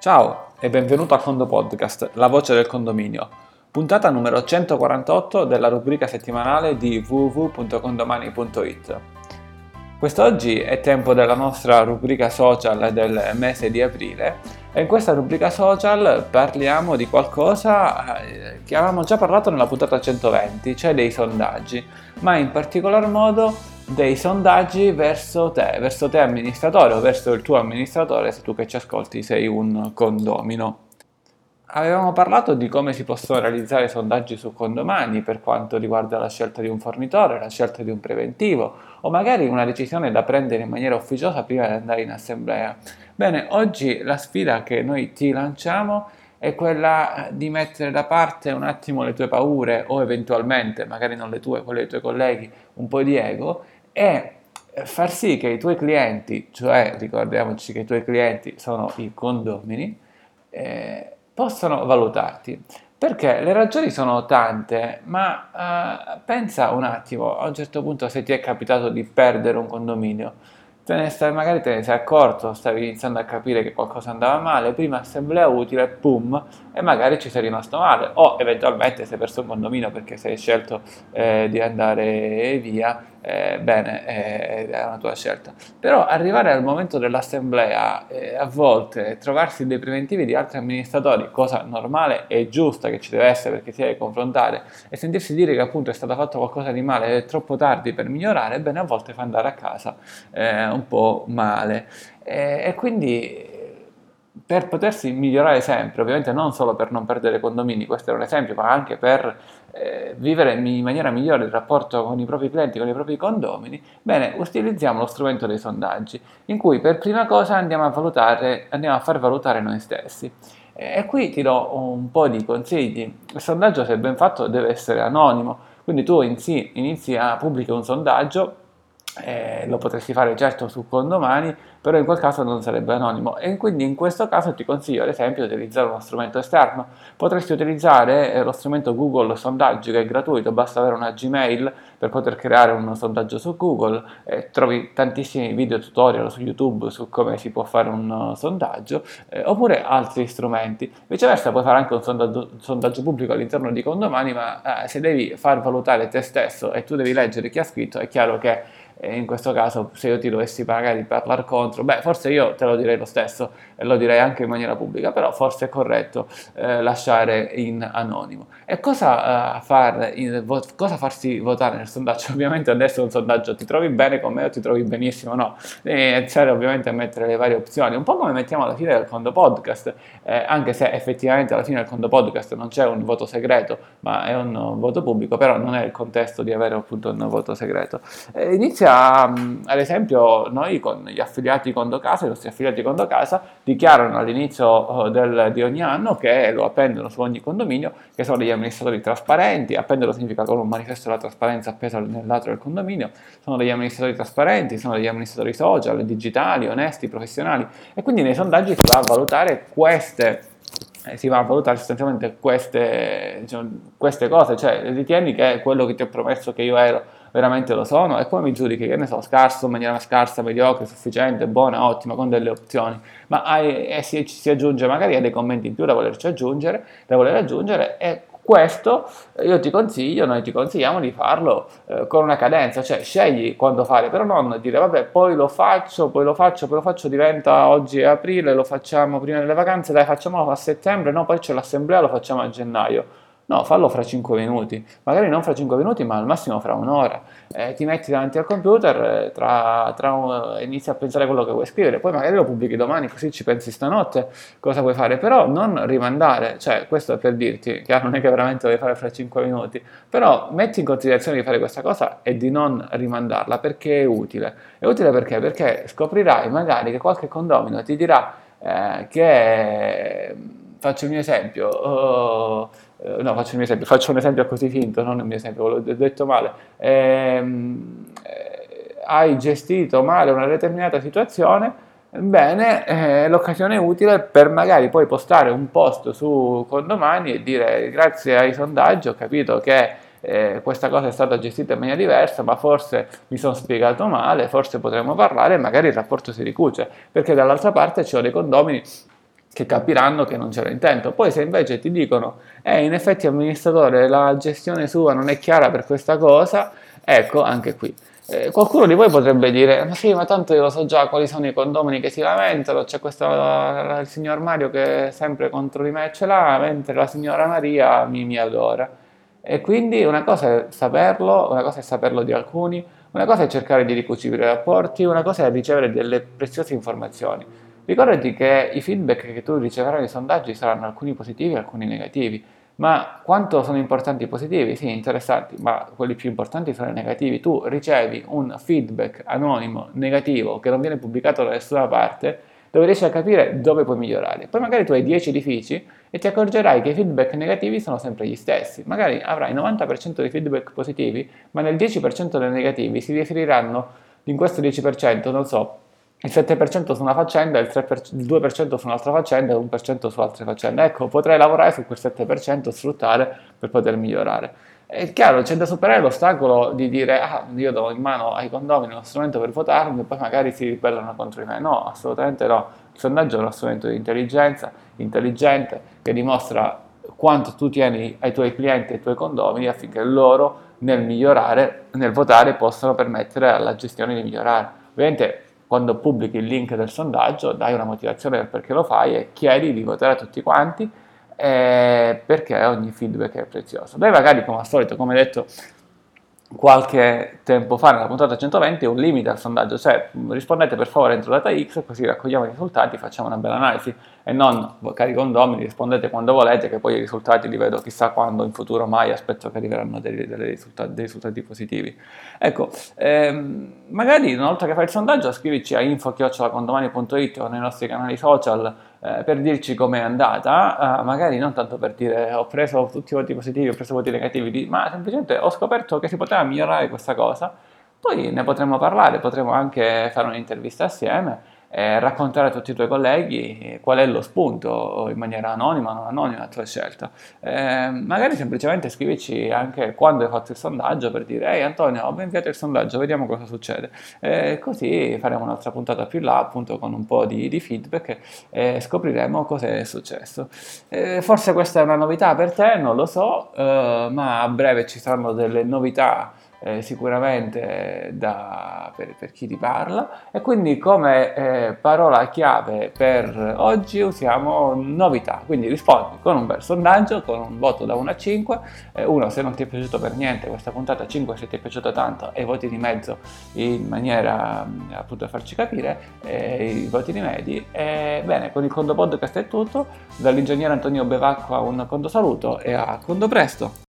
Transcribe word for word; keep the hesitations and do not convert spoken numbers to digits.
Ciao e benvenuto a Condo Podcast, la voce del condominio, puntata numero centoquarantotto della rubrica settimanale di w w w punto condomani punto i t. Quest'oggi è tempo della nostra rubrica social del mese di aprile e in questa rubrica social parliamo di qualcosa che avevamo già parlato nella puntata centoventi, cioè dei sondaggi, ma in particolar modo dei sondaggi verso te, verso te amministratore o verso il tuo amministratore se tu che ci ascolti sei un condomino. Avevamo parlato di come si possono realizzare sondaggi su condomani per quanto riguarda la scelta di un fornitore, la scelta di un preventivo o magari una decisione da prendere in maniera ufficiosa prima di andare in assemblea. Bene, oggi la sfida che noi ti lanciamo è quella di mettere da parte un attimo le tue paure o eventualmente, magari non le tue, quelle dei tuoi colleghi, un po' di ego e far sì che i tuoi clienti, cioè ricordiamoci che i tuoi clienti sono i condomini, eh, possano valutarti. Perché le ragioni sono tante, ma eh, pensa un attimo, a un certo punto se ti è capitato di perdere un condominio, te ne stai, magari te ne sei accorto, stavi iniziando a capire che qualcosa andava male, prima assemblea utile, boom, e magari ci sei rimasto male, o eventualmente sei perso un condominio perché sei scelto eh, di andare via, eh, bene, eh, è una tua scelta. Però arrivare al momento dell'assemblea, eh, a volte trovarsi dei preventivi di altri amministratori, cosa normale e giusta che ci deve essere perché si deve confrontare, e sentirsi dire che appunto è stato fatto qualcosa di male ed è troppo tardi per migliorare, bene, a volte fa andare a casa eh, un po' male. E, e quindi per potersi migliorare sempre, ovviamente non solo per non perdere condomini, questo è un esempio, ma anche per eh, vivere in maniera migliore il rapporto con i propri clienti, con i propri condomini, bene, utilizziamo lo strumento dei sondaggi, in cui per prima cosa andiamo a valutare, andiamo a far valutare noi stessi. E qui ti do un po' di consigli. Il sondaggio, se ben fatto, deve essere anonimo, quindi tu inizi, inizi a pubblicare un sondaggio. Eh, lo potresti fare certo su condomani, però in quel caso non sarebbe anonimo e quindi in questo caso ti consiglio ad esempio di utilizzare uno strumento esterno. Potresti utilizzare eh, lo strumento Google Sondaggi, che è gratuito, basta avere una Gmail per poter creare un sondaggio su Google, eh, trovi tantissimi video tutorial su YouTube su come si può fare un uh, sondaggio, eh, oppure altri strumenti. Viceversa puoi fare anche un sondaggio, un sondaggio pubblico all'interno di condomani, ma eh, se devi far valutare te stesso e tu devi leggere chi ha scritto, è chiaro che e in questo caso se io ti dovessi magari parlare contro, beh forse io te lo direi lo stesso e lo direi anche in maniera pubblica, però forse è corretto eh, lasciare in anonimo. E cosa, uh, far in, vo- cosa farsi votare nel sondaggio? Ovviamente adesso è un sondaggio, ti trovi bene con me o ti trovi benissimo? No, devi iniziare ovviamente a mettere le varie opzioni, un po' come mettiamo alla fine del Condo Podcast, eh, anche se effettivamente alla fine del Condo Podcast non c'è un voto segreto, ma è un uh, voto pubblico, però non è il contesto di avere appunto un voto segreto. Eh, inizia ad esempio noi con gli affiliati Condocasa, i nostri affiliati Condocasa dichiarano all'inizio del, di ogni anno che lo appendono su ogni condominio, che sono degli amministratori trasparenti. Appenderlo significa con un manifesto della trasparenza appeso nel lato del condominio, sono degli amministratori trasparenti, sono degli amministratori social, digitali, onesti, professionali, e quindi nei sondaggi si va a valutare queste Eh, si va a valutare sostanzialmente queste, diciamo, queste cose, cioè ritieni che quello che ti ho promesso che io ero veramente lo sono, e come mi giudichi, che ne so, scarso, in maniera scarsa, mediocre, sufficiente, buona, ottima, con delle opzioni, ma hai, e si, si aggiunge magari a dei commenti in più da volerci aggiungere, da voler aggiungere, e questo io ti consiglio, noi ti consigliamo di farlo eh, con una cadenza, cioè scegli quando fare, però non dire vabbè poi lo faccio, poi lo faccio, poi lo faccio, diventa oggi è aprile, lo facciamo prima delle vacanze, dai facciamolo a settembre, no poi c'è l'assemblea, lo facciamo a gennaio. No, fallo fra cinque minuti, magari non fra cinque minuti, ma al massimo fra un'ora. Eh, ti metti davanti al computer, eh, tra, tra un, inizi a pensare a quello che vuoi scrivere, poi magari lo pubblichi domani, così ci pensi stanotte cosa vuoi fare, però non rimandare, cioè questo è per dirti, chiaro, non è che veramente lo devi fare fra cinque minuti, però metti in considerazione di fare questa cosa e di non rimandarla, perché è utile. È utile perché? Perché scoprirai magari che qualche condomino ti dirà eh, che, faccio il mio esempio, oh, no, faccio il mio esempio, faccio un esempio così finto, non il mio esempio, l'ho detto male. Ehm, eh, hai gestito male una determinata situazione, bene, eh, l'occasione è utile per magari poi postare un post su Condomani e dire grazie ai sondaggi ho capito che eh, questa cosa è stata gestita in maniera diversa, ma forse mi sono spiegato male, forse potremmo parlare e magari il rapporto si ricuce, perché dall'altra parte ci sono dei condomini che capiranno che non c'era intento. Poi se invece ti dicono, eh, in effetti amministratore, la gestione sua non è chiara per questa cosa, ecco, anche qui. Eh, qualcuno di voi potrebbe dire, ma sì, ma tanto io lo so già quali sono i condomini che si lamentano, c'è questo, il signor Mario che è sempre contro di me ce l'ha, mentre la signora Maria mi, mi adora. E quindi una cosa è saperlo, una cosa è saperlo di alcuni, una cosa è cercare di ricucire i rapporti, una cosa è ricevere delle preziose informazioni. Ricordati che i feedback che tu riceverai nei sondaggi saranno alcuni positivi e alcuni negativi. Ma quanto sono importanti i positivi? Sì, interessanti, ma quelli più importanti sono i negativi. Tu ricevi un feedback anonimo negativo che non viene pubblicato da nessuna parte, dove riesci a capire dove puoi migliorare. Poi magari tu hai dieci edifici e ti accorgerai che i feedback negativi sono sempre gli stessi. Magari avrai il novanta per cento dei feedback positivi, ma nel dieci per cento dei negativi si riferiranno in questo dieci per cento, non so, il sette per cento su una faccenda, il, tre per cento, il due per cento su un'altra faccenda e l'uno per cento su altre faccende. Ecco, potrai lavorare su quel sette per cento, sfruttare per poter migliorare. È chiaro, c'è da superare l'ostacolo di dire, ah, io do in mano ai condomini uno strumento per votarmi e poi magari si ribellano contro di me. No, assolutamente no. Il sondaggio è uno strumento di intelligenza, intelligente, che dimostra quanto tu tieni ai tuoi clienti e ai tuoi condomini affinché loro nel migliorare, nel votare, possano permettere alla gestione di migliorare. Ovviamente quando pubblichi il link del sondaggio dai una motivazione del perché lo fai e chiedi di votare a tutti quanti, eh, perché ogni feedback è prezioso. Dai magari, come al solito, come detto qualche tempo fa nella puntata centoventi, un limite al sondaggio, cioè rispondete per favore entro data X, così raccogliamo i risultati, facciamo una bella analisi, e non, cari condomini, rispondete quando volete, che poi i risultati li vedo chissà quando, in futuro mai, aspetto che arriveranno dei, dei, risultati, dei risultati positivi. Ecco, ehm, magari una volta che fai il sondaggio scrivici a info chiocciola condomani punto it o nei nostri canali social eh, per dirci com'è andata, eh, magari non tanto per dire ho preso tutti i voti positivi, ho preso voti negativi, ma semplicemente ho scoperto che si poteva migliorare questa cosa, poi ne potremmo parlare, potremmo anche fare un'intervista assieme e raccontare a tutti i tuoi colleghi qual è lo spunto in maniera anonima o non anonima la tua scelta. Eh, magari semplicemente scrivici anche quando hai fatto il sondaggio per dire ehi Antonio, ho inviato il sondaggio, vediamo cosa succede. Eh, così faremo un'altra puntata più in là appunto con un po' di, di feedback e scopriremo cosa è successo. Eh, forse questa è una novità per te, non lo so, eh, ma a breve ci saranno delle novità Eh, sicuramente da, per, per chi ti parla, e quindi come eh, parola chiave per oggi usiamo novità. Quindi rispondi con un bel sondaggio, con un voto da uno a cinque, eh, uno se non ti è piaciuto per niente questa puntata, cinque se ti è piaciuta tanto, e voti di mezzo in maniera appunto da farci capire eh, i voti di medi. E, bene, con il Condo Podcast è tutto, dall'ingegnere Antonio Bevacqua un condo saluto e a condo presto!